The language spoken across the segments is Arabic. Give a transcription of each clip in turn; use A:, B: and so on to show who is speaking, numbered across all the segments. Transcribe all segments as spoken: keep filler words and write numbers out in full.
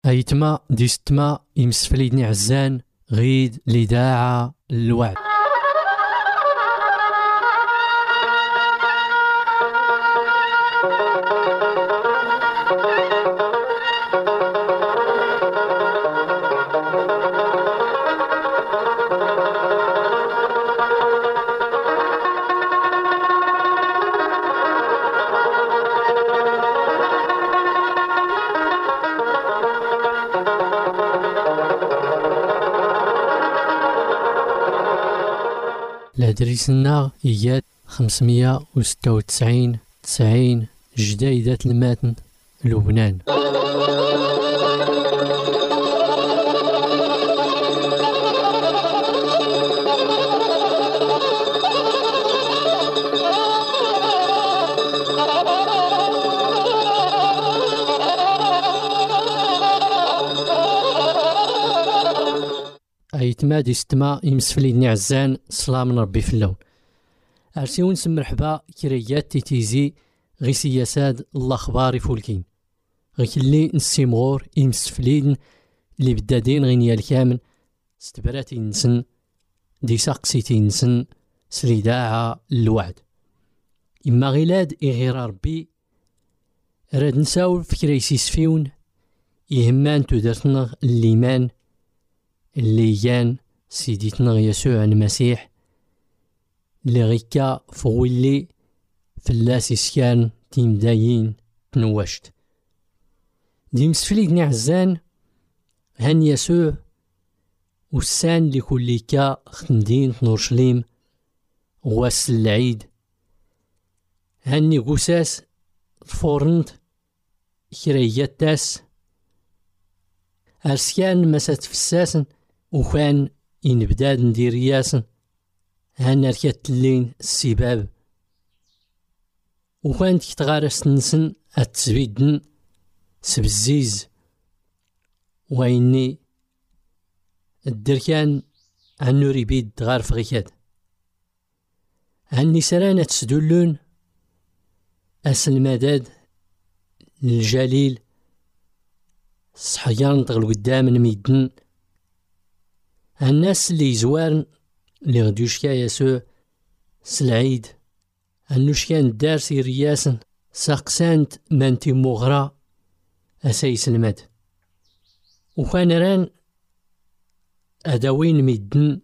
A: أيتما ديستما يمسفليدني عزان غيد لداعة الوعد. الهدريسنا إياد خمسمية وستة وتسعين تسعين جديدة الماتن لبنان. أيتما ديستما يمسفليدني عزان صلاة من ربي في اللون. أرسيون سم مرحبا كريات تيتيزي غي سياساد الله خباري فولكين غي كلي نسيمغور يمسفليدن اللي بدادين غينيا الكامل ستبراتي نسن دي ساقسيتي نسن سليداعة الوعد. إما غيلاد إغير ربي راد نساول فكريسي سفيون يهمان تدرتنا الليمان اللي يان سيديتنا يسوع المسيح اللي غيكا فغولي فلاس يسكان تيم دايين تنوشت دي مسفليدني عزان هان يسوع والسان لكليكا خندين نورشليم غواس العيد هاني قساس فورنت كريات تاس أرسكان مسات فساسن وكان ينبداد ندير ياسن هانا ركات اللين السباب وكان تكتغارس نسن التزبيدن سبزيز ويني الدركان عنو ريبيد غار فغيكاد هاني سرانة تسدلون أسن مداد للجليل صحيان تغل قدام ميدن الناس اللي يزوارن اللي غدوش كا يسوع سلعيد انوش كان دارسي رياسن ساقسانت مانتي مغرى اسايس المد وكان ران اداوين ميدن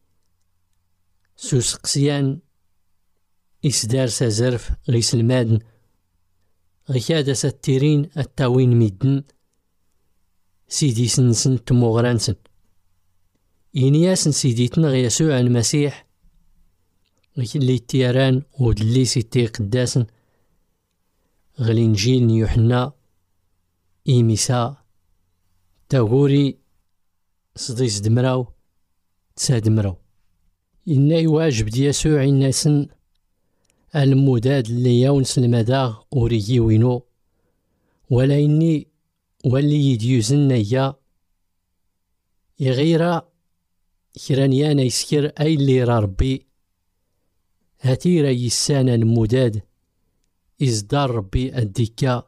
A: سوسقسيان إسدار سازرف غيس المادن غيكاد ستيرين التاوين ميدن سيدي سنسن تموغرانسن إنياسن سيديتنا غيسوع المسيح غيكلي التيران ودلي سيتي قداسن غلينجيل يوحنا إيميسا تاغوري صديس دمراو تساد مراو إنا يواجب ديسوع إناسن المداد اللي يونس المداغ أوريجي وينو ولا إني واللي يديوزن يا يغيرا كرانيانا يسكر أي اللي ربي هاتيرا يسانا المداد إزدار ربي الدكا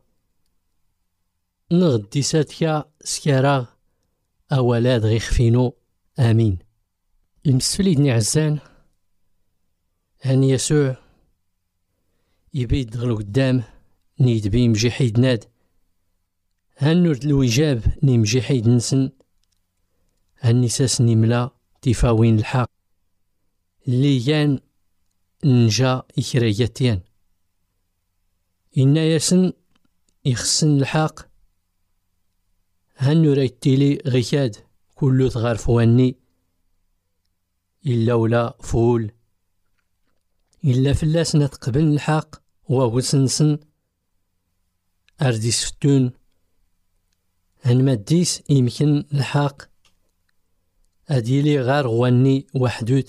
A: نغدي ساتكا سكراغ أولاد غيخفينو آمين. المسفليدني عزان هان يسوع يبيد غلو قدام نيد بيم جحيد ناد هنورد الوجاب نيم جحيد نسن هالنساس نملا تفاوين الحق اللي يان نجا إكرياتيان إنا ياسن يخصن الحق هنو ريتيلي غيكاد كلو تغار فواني إلا ولا فول إلا فلاس نتقبل الحق وغسنسن أرديس فتون هنمديس يمكن الحق أديلي غار غواني وحدود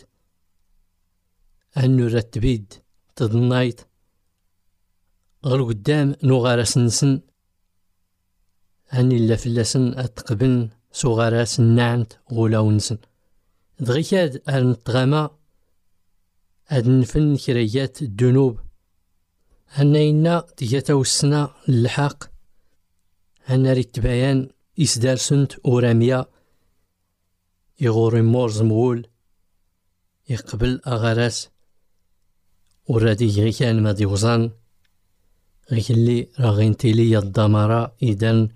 A: أنو رتبيد تضنايت غير قدام نغارس نسن هني إلا فلاسن أتقبن سوغاراس نعنت غولاو نسن دغيكاد أرنتغاما هاد نفن كريات الدنوب هنا إنا تجاتا وسنا الحق هنا ريت بيان إسدارسنت أوراميا يغوري مورز مول يقبل أغراس ورادي غي كان مادي وزان غي اللي راغين تيلي الضمارة إذن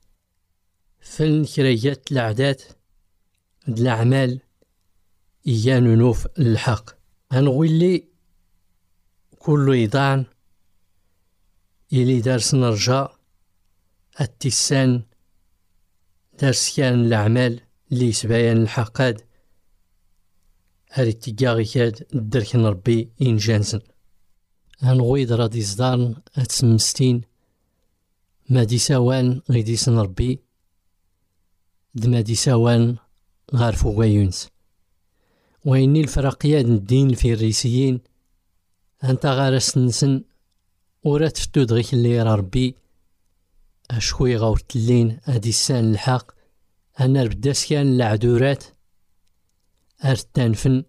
A: فلن كريات العادات د الأعمال إيانو نوف الحق هنغولي كله يضان إلي دارس نرجع التسان دارس كان الأعمال اللي سبايان الحقاد هاري تيقاغي كاد الدرك نربي إن جانسن هنغويد رادي صدارن هتسمستين مادي سوان غيديس نربي دمادي سوان غارفو غايونس وإني الفرقيات الدين في الريسيين أنت غارس نسن ورات فتو دغيك اللي راه ربي أشكوي غاور تلين هادي السان الحق أنا بداس كان العدورات أرتانفن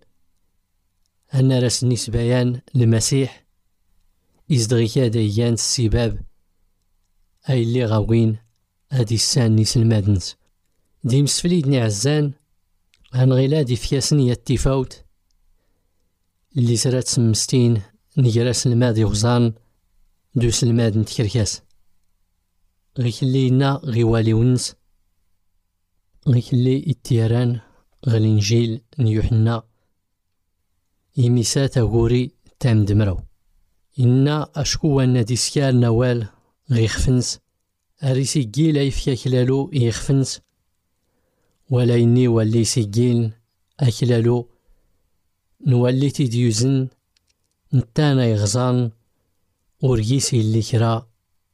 A: أنا راس نسبيان المسيح إزدغيك ديان السباب أي اللي غاوين هادي السان نيس المادنس دي مسفليدني عزان هنغيلادي فياسن يتفاوت اللي سرات سمستين نجراس الماد يغزان دوس الماد نتكركاس غيك اللي نا غيوالي ونس غيك اللي التيران غالينجيل نيوحنا يميسات غوري تام دمرو إنا أشكو أن ديسكال نوال غيخفنس أريسي جيل أيفيا كلالو يخفنس ولا إني ولي سجين أكلالو نولي تديوزن نتانا يغزان وريسي اللي كرا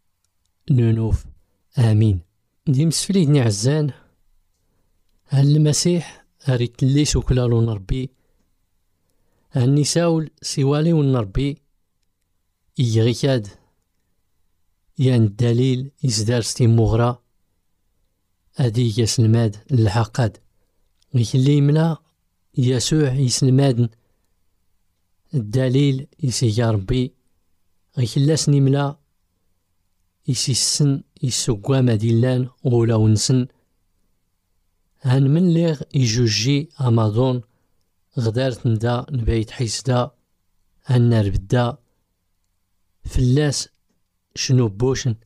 A: نونوف آمين دي مسفليدني عزان هل المسيح أريد اللي سكلالو نربي هني ساول سوالي ونربي إيغيكاد يان الدليل إزدارستي مغرى أدي يسلماد الحقاد غيك اللي يملا يسوع يسلمادن الدليل يسيا ربي غيك اللاس نملا يسيسن يسوقوا مديلان ولا ونسن هن من ليغ يجوجي أمازون غدارت ندا نبيت حيسدا هنار بدا فلاس شنو بوشن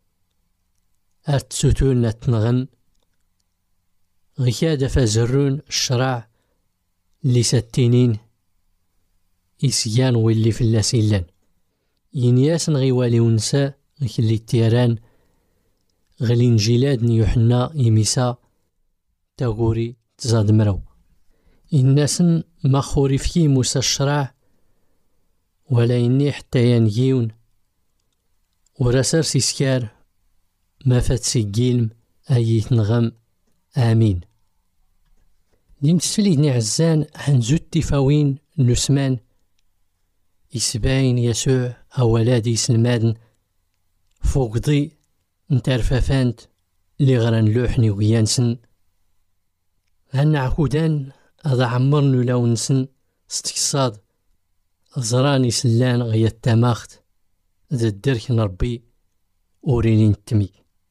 A: أرتسوتون نتنغن غيكاد فازرون الشراع اللي ستينين إسيان واللي في اللاسيلان ينياسن غيوالي ونسا غيك اللي التيران غلين جيلاد نيوحنا يميسا تاغوري تزاد مرو الناسن ما خوري في موسى الشراع ولا إني حتى ينجيون وراسر سيسكار ما فات سيجيلم أي تنغم آمين ديم تسفليدني عزان حنزو التفاوين نسمان إسباين يسوع أولادي سلمادن فوق ضي نترفافانت لي غران لوحني ويانسن هن عكودان أضا عمرنو لونسن استكصاد زراني سلان غيا التماخت ذا الدرك نربي أوريني نتمي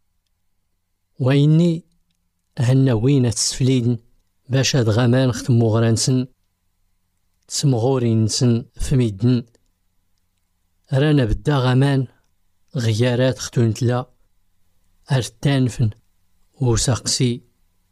A: وإني هنا وين تسفليدن باش هاد غامان ختمو غرانسن تسمغوري نسن فميدن رانا بدا غامان غيارات ختونتلا أرتانفن وساقسي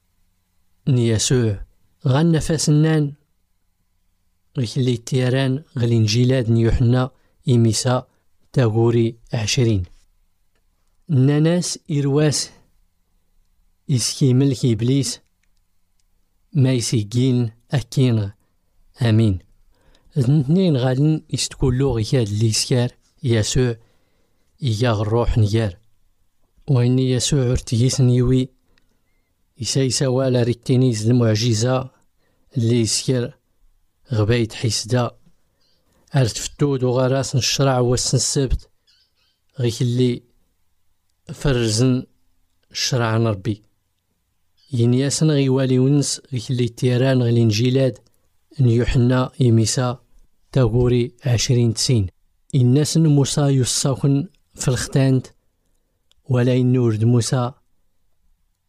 A: نيسوع غانا فاسنان غيكلي التيران غلين جيلاد نيوحنا إميسا تاغوري عشرين ناناس إرواس إسكي ملك إبليس ما يسيقين أكين آمين اثنين غالين يستكولو غياد اللي يسكار يسوع إياغ الروح نيار وإني يسوع ارتيس نيوي يسايسا والا ريتينيز المعجزة اللي يسكر غبايت حيسدا ارتفتود وغراس الشرع والسن السبت غيك اللي فرزن الشرع نربي ينياسن غيوالي ونس غيك اللي تيران غلين جيلاد نيوحنا يميسا تاغوري عشرين تسين الناس موسى يصاخن في الختانت ولا ينورد موسى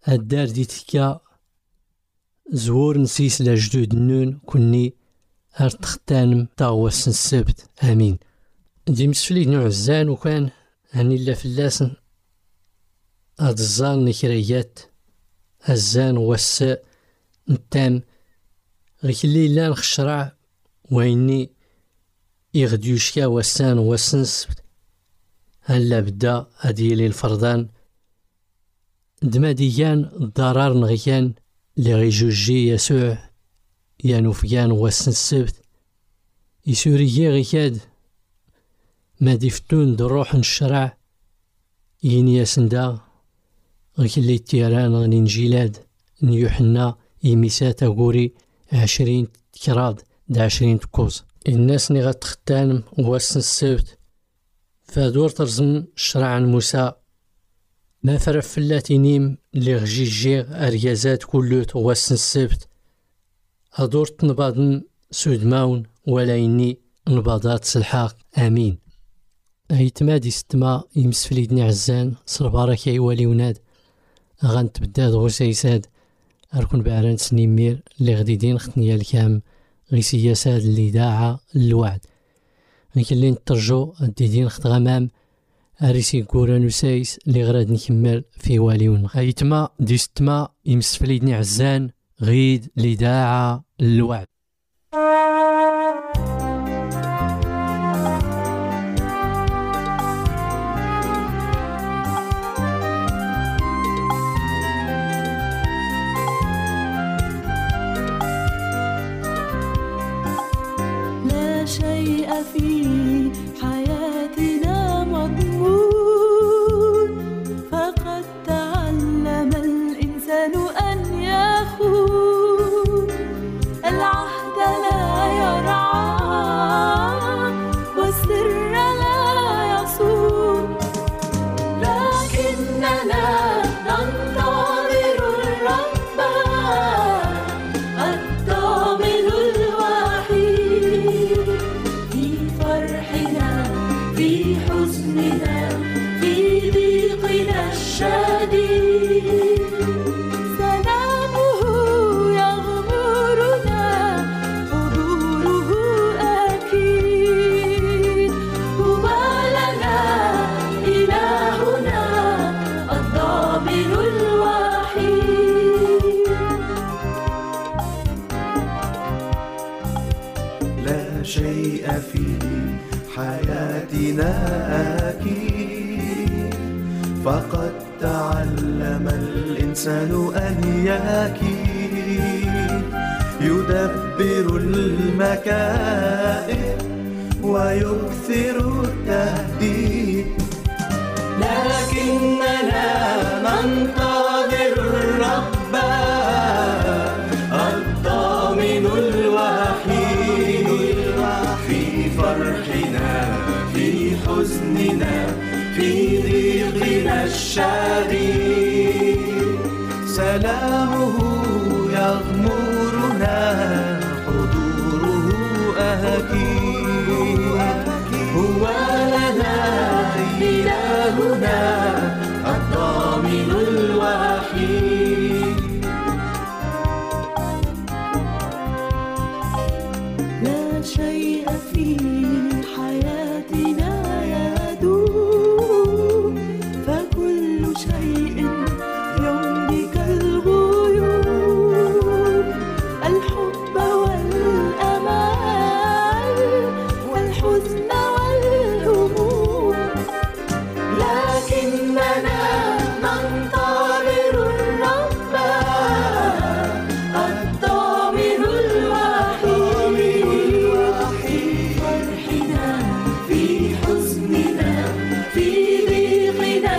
A: الدار دي تكا زور نسيس لجدود النون كني ارتختانم تاغوس السبت امين. دي مسفلي نوع الزان وكان هني لا فلاسن هاد الزان نكريات الزان والساء نتام غيك اللي لا نخشرع ويني يغديوشكا والسان والسنس هلا بدا هادي الفردان دما ديان الضرار نغيان اللي غيجوجي يسوع يانو فيان والسن السبت يسوريي غيكاد ما ديفتون دروح الشرع يني ياسندا غيك اللي تيران غني نجيلاد نيوحنا يميسات أقوري عشرين كراد دا عشرين تكوز الناس ني غتختانم والسن السبت فادور ترزم شرع موسى ما فرف فلاتينيم اللي غجيجي أريازات كلوت والسن السبت هدور تنبادن سود ماون ولا إني نبادات سلحاق آمين. أيتما دي ستما يمسفليدني عزان صربارك يوالي وناد غنتبداد غسيساد أركن بعران سنيمير اللي غديدين ختنيا الكام غي سياسات اللي داعة الوعد غيك اللي نترجو الديدين خط غمام أريسي كوران وسايس اللي غراد نكمل في واليون. أيتما دي ستما يمسفليدني عزان غيد اللي داعة الوعد.
B: لا شيء في حياتنا مضمون فقد تعلم الإنسان أن يخون العهد لا يرعى والسر لا يصون لكننا ننتظر الرب الضامن الوحيد في فرحنا في حزننا في ضيقنا الشديد سلامه يغمرنا حضوره أكيد هو لنا إلهنا الضامن الوحيد.
C: لا شيء في حياتنا أكيد فقد تعلم الإنسان أن يكيد يدبر المكائد ويكثر التهديد لكننا ننتظر الرب الضامن الوحيد في فرحنا في حزننا في ضيقنا الشديد سلامه يغمرنا حضوره أكيد هو لنا إلهنا الضامن الوحيد.
B: لا شيء في حياتنا يدوم فكل شيء يمضي كالغيوم الحب والأمل والحزن والهموم لكننا ننتظر الرب الضامن الوحيد في فرحنا في حزننا في ضيقنا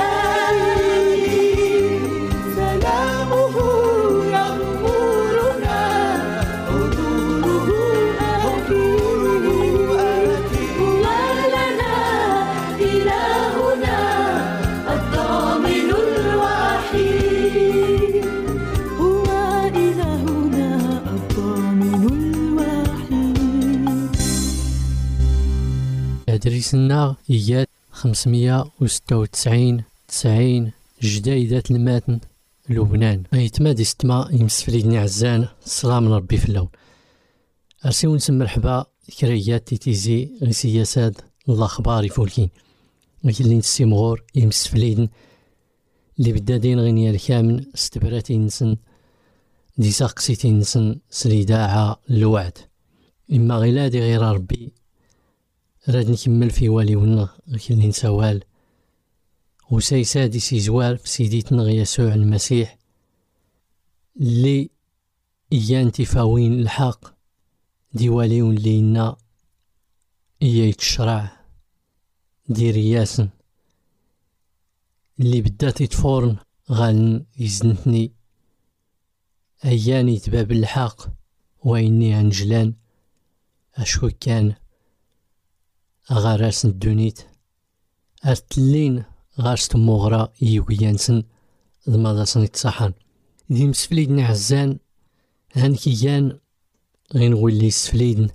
B: الشديد سلامه يغمرنا حضوره أكيد هو لنا إلهنا الضامن الوحيد هو إلهنا الضامن الوحيد.
A: أدريسنا إياد خمسمية وستة وتسعين تسعين جدايدة الماتن لبنان أيتما دي ستما يمسفليدني عزان السلام من ربي في اللون أرسيو نسم مرحبا كريات تيتيزي غي سياسات الأخبار يفولكين اللي نسيمغور يمسفليدن اللي بدادين غينيا الكامن استبراتي نسن دي ساقسيتي نسن سليداعة الوعد إما غيلادي غير ربي راد نكمل في والي ونه غيكلي نسوال وسيسادي سيزوار في سيديتنا يسوع المسيح اللي إيان تفاوين الحق دي واليون لينا إيا يتشرع دي رياسن اللي بدات يتفورن غالن يزنتني أيان يتباب الحق وإني عنجلان أشكو كان أغارس الدونيت أرتلين غارست مغرى يوكيانسن ضماداسن يتصحن دي مسفليدن عزان هانكيان غينغول لي سفليدن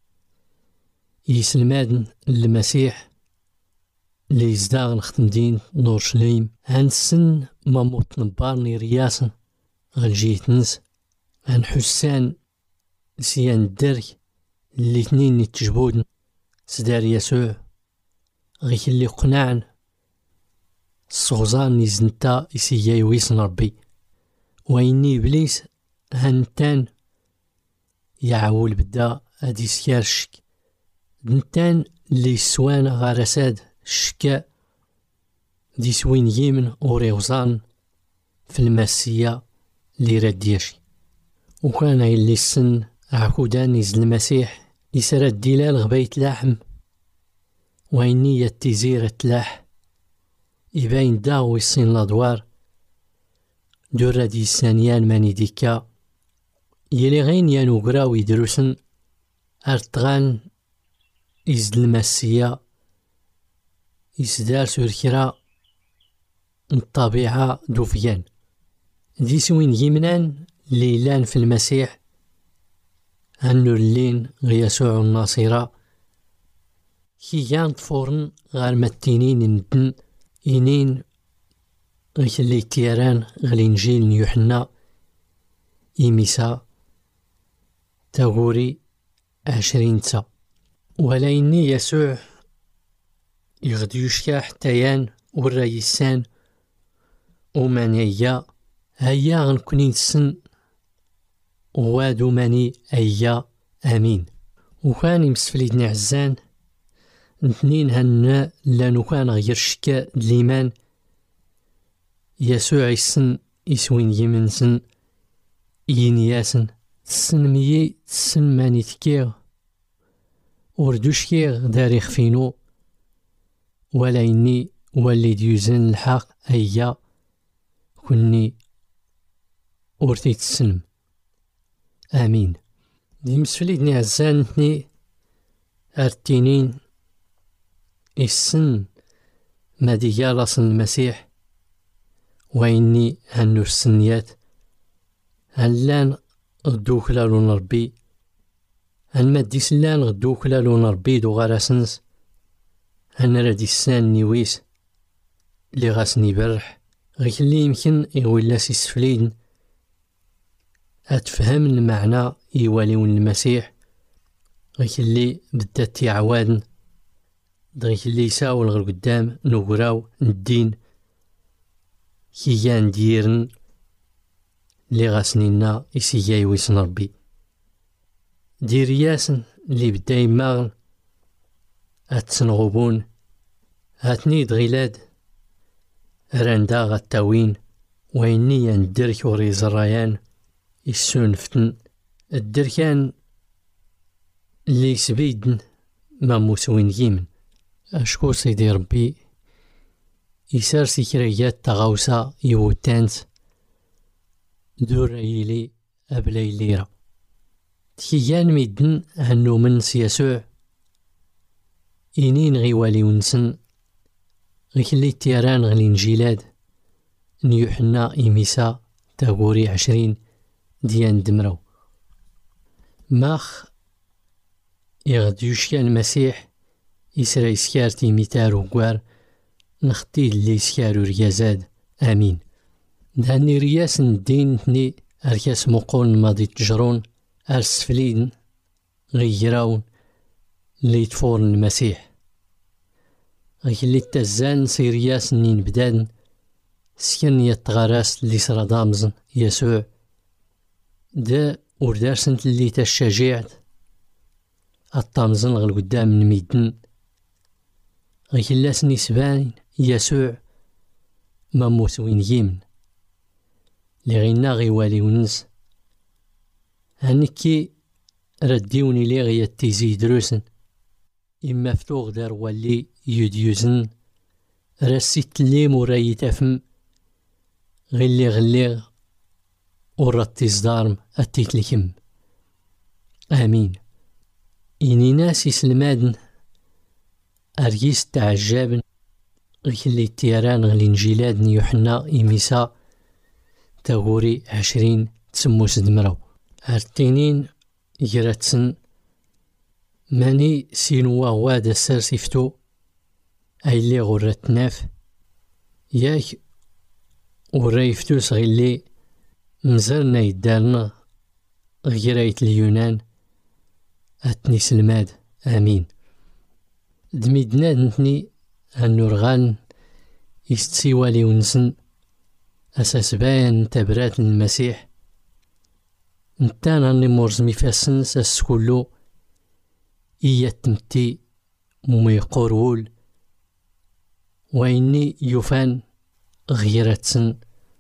A: يسلمادن المسيح اللي يزداغ نختم دين نور شليم هانسن ماموت نبارني رياسن غالجيتنس هان حسان سيان الدرك اللي تنين نتجبودن سدار يسوع غيك اللي قناعن الصغزان نيزنتا يسيا ويسن ربي وإني إبليس هانتان يعول بدا هادي سكارشك دنتان اللي سوان غارساد الشكاء دي سوين يمن وريوزان في المسيا اللي راد دياشي وكان اللي السن عكودان يزل المسيح يسرى الدلال غبيت لحم وإني يتزير تلاح يبين داو يصين الأدوار دور دي الثانيان ماني ديكا يلي غين يانو قراو يدروسن أرتغان يزد المسيا يسدار سور كرا الطبيعة دوفيان دي سوين يمنان ليلان في المسيح هنو اللين غيسوع الناصرة كي يان طفورن غار متينين ندن إنين غيكلي تيران غالإنجيل يوحنا يميسا تاغوري عشرين تا ولا إني يسوع يغديوشكا حتى يان والرئيسان ومانيا هيا غنكوني نسن وادو ماني أيا أمين وكان يمسفليدني عزان نتنين هنا لانو كان غير شكا دليمان يسوع يسن يسوين يمنسن ينياسن تسن ميي تسن ماني تكيغ وردوش كيغ داري خفينو ولا إني واللي ديوزن الحق أيا كني ورتي تسلم آمين دي مسفليدني عزان نتني أرتينين السن ما ديا راسن المسيح وإني هنو السنيات هلان غدوك لالو نربي هن مادي سلان غدوك لالو نربي دو غارسنس هن رادي السان نيويس لي غاسني برح غيك اللي يمكن يولى سيسفليدن أتفهم المعنى يواليون المسيح غيك اللي بدات يعوادن دغيك اللي يساول غير قدام نقراو الدين كيان ديرن لي غاسنينا يسيا يويسن ربي دير ياسن اللي بدا يماغن هاتسنغوبون هاتني دغيلاد راندا غتاوين ويني يندرك وريز الريان يسونفتن الدركان اللي سبيدن ما موسوين يمن أشكو سيدي ربي يسار سكريات تغاوسا يوتانت دور يلي أبلاي ليرة تكيان ميدن هنو من سياسوع إنين غيوالي ونسن غيكلي تيران غالإنجيلاد نيوحنا إميسا تاغوري عشرين ديان دمرو ماخ يغديوشكا المسيح يسرى يسكار تيميتار وقوار نختي اللي يسكارو ريازاد آمين داني رياس الدين تني أركاس مقول ماضي تجرون أرسفلين غيراون اللي تفور المسيح غير اللي تزان سيرياس نين بدان سكن يتغراس اللي صرا دامزن يسوع دا وردارسنت اللي تشجعت الطامزن غل قدام الميدن غير لاس نسبان يسوع ما موسوين يمن اللي غينا غيوالي ونس هنكي رديوني لي غيا تيزي دروسن إما فتوغ دار والي يديوزن راسي تليم وراي تفهم غيلي غليغ وراتي صدارم أتيت لكم آمين. إني ناس يسلمادن أريس تعجابن غيلي تيران غلي نجيلادن يوحنا إميسا تغوري عشرين تسموس دمرو هرتينين يراتسن ماني سينوا واد السر سيفتو أي اللي غرات ناف ياك ورايفتو صغيلي مزرنا يدارنا غيرايت اليونان أتني سلماد آمين. دميدنا نتني النورغان يستسيوالي ونسن أساس باين تبرات المسيح نتانا اللي مورزمي فاسن ساس كلو إيا تمتي ممي قرول وإني يوفان غيراتسن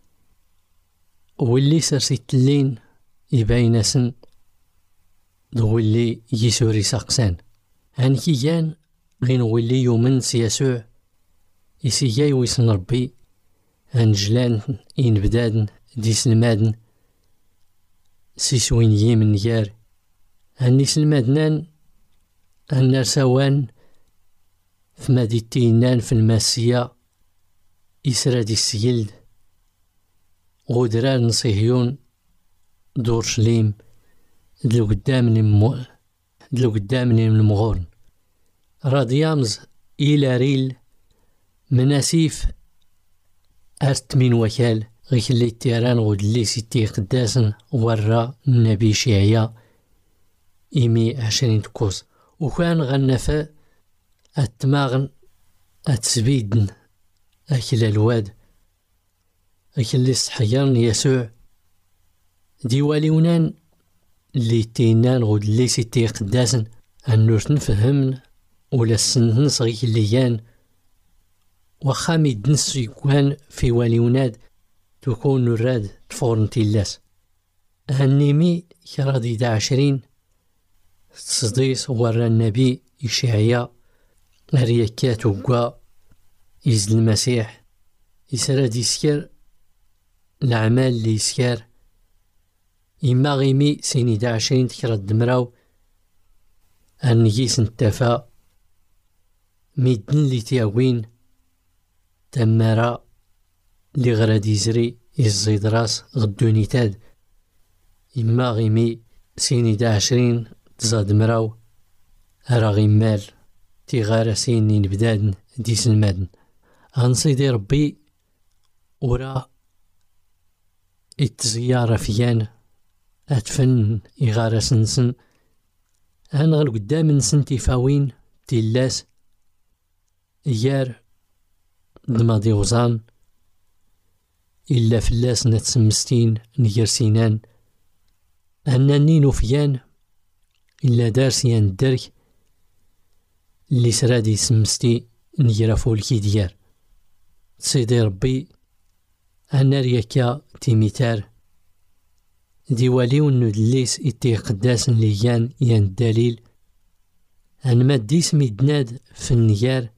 A: واللي سرسيت اللين يباينسن دو اللي يسوري ساقسان هانكي جان غين واللي يومن سياسوع يسيجاي ويسن ربي هنجلان إن بدادن دي سلمادن سيسوين يمن يار هني سلمادنان هنار سوان في مدينتينان في الماسية إسرا دي السيلد غدران صهيون دورشليم دلو قدامني مو دلو قدامني من المغورن راديامز إلى ريل مناسيف أرت من وكال غيك اللي تيران غدلي ستي قداسن ورا النبي شيعيا إيمي عشرين تكوز وكان غنفا التماغن أتسبيدن أكل الواد أكل اللي صحيان يسوع ديواليونان اللي تينان غدلي ستي قداسن النور تنفهمن ولا السنن صغيك اللي يان وخامي دنس يكون في واليوناد تكون نراد تفورن تيلاس هنيمي كرادي دا عشرين تصديس ورا النبي إشعيا ريكات وقوا يزد المسيح يسرى ديسكر الأعمال اللي يسكر إما غيمي سيني دا عشرين تكراد دمراو أنجيس نتفا ميدن اللي تياوين تمارا اللي غراد يزري يزيد راس غدوني تاد إما غيمي سيني دا عشرين تزاد مراو هرا غيمال تيغارا سيني نبدادن ديس المادن غنصيدي ربي ورا التزيارة فيان أتفن إغارة سنسن هنغل قدام نسن تيفاوين تيلاس إيار دماضي غزان إلا فلاس نتسمستين نير سينان هناني نوفيان إلا دارسيان الدرك اللي سرادي سمستي نير فولكي ديار سيدي ربي هنا ريكا تيميتار ديوالي ونودليس إتي قداس ليان يان الدليل هن ماديس ميدناد في النيار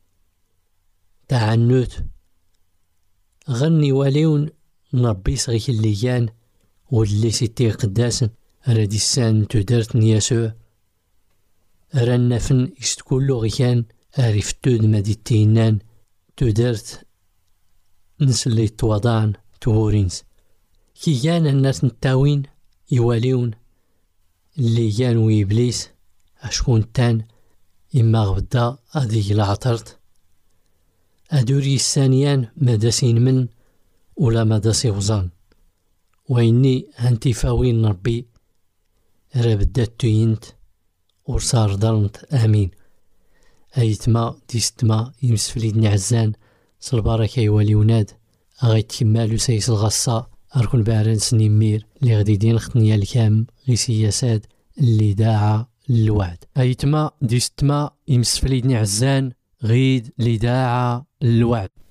A: تعنوت غني واليون نربي صغيك الليان واللي سيتي قداسن رادي السان تدرت نياسو رانا فن يستكولو غيان عرفتو دمادي تينان تدرت نسلي توضعن تورينس كي كان الناس نتاوين يواليون اللي يانو إبليس أشكون تان إما غبدا أديك العطرت أدوري الثانيان مداسين من ولا مدى سيوزان وإني هانتي فاوين ربي راه بدات تينت ورصار ضرنت آمين. أيتما ديستما يمسفليدني عزان سالبركة يوالي وناد أغايت كمالو سيس الغصة أركن بعران سنيمير اللي غادي دين الخطنية الكام غي سياسات اللي داعا الوعد. أيتما ديستما يمسفليدني عزان غيد اللي داعا الوعد.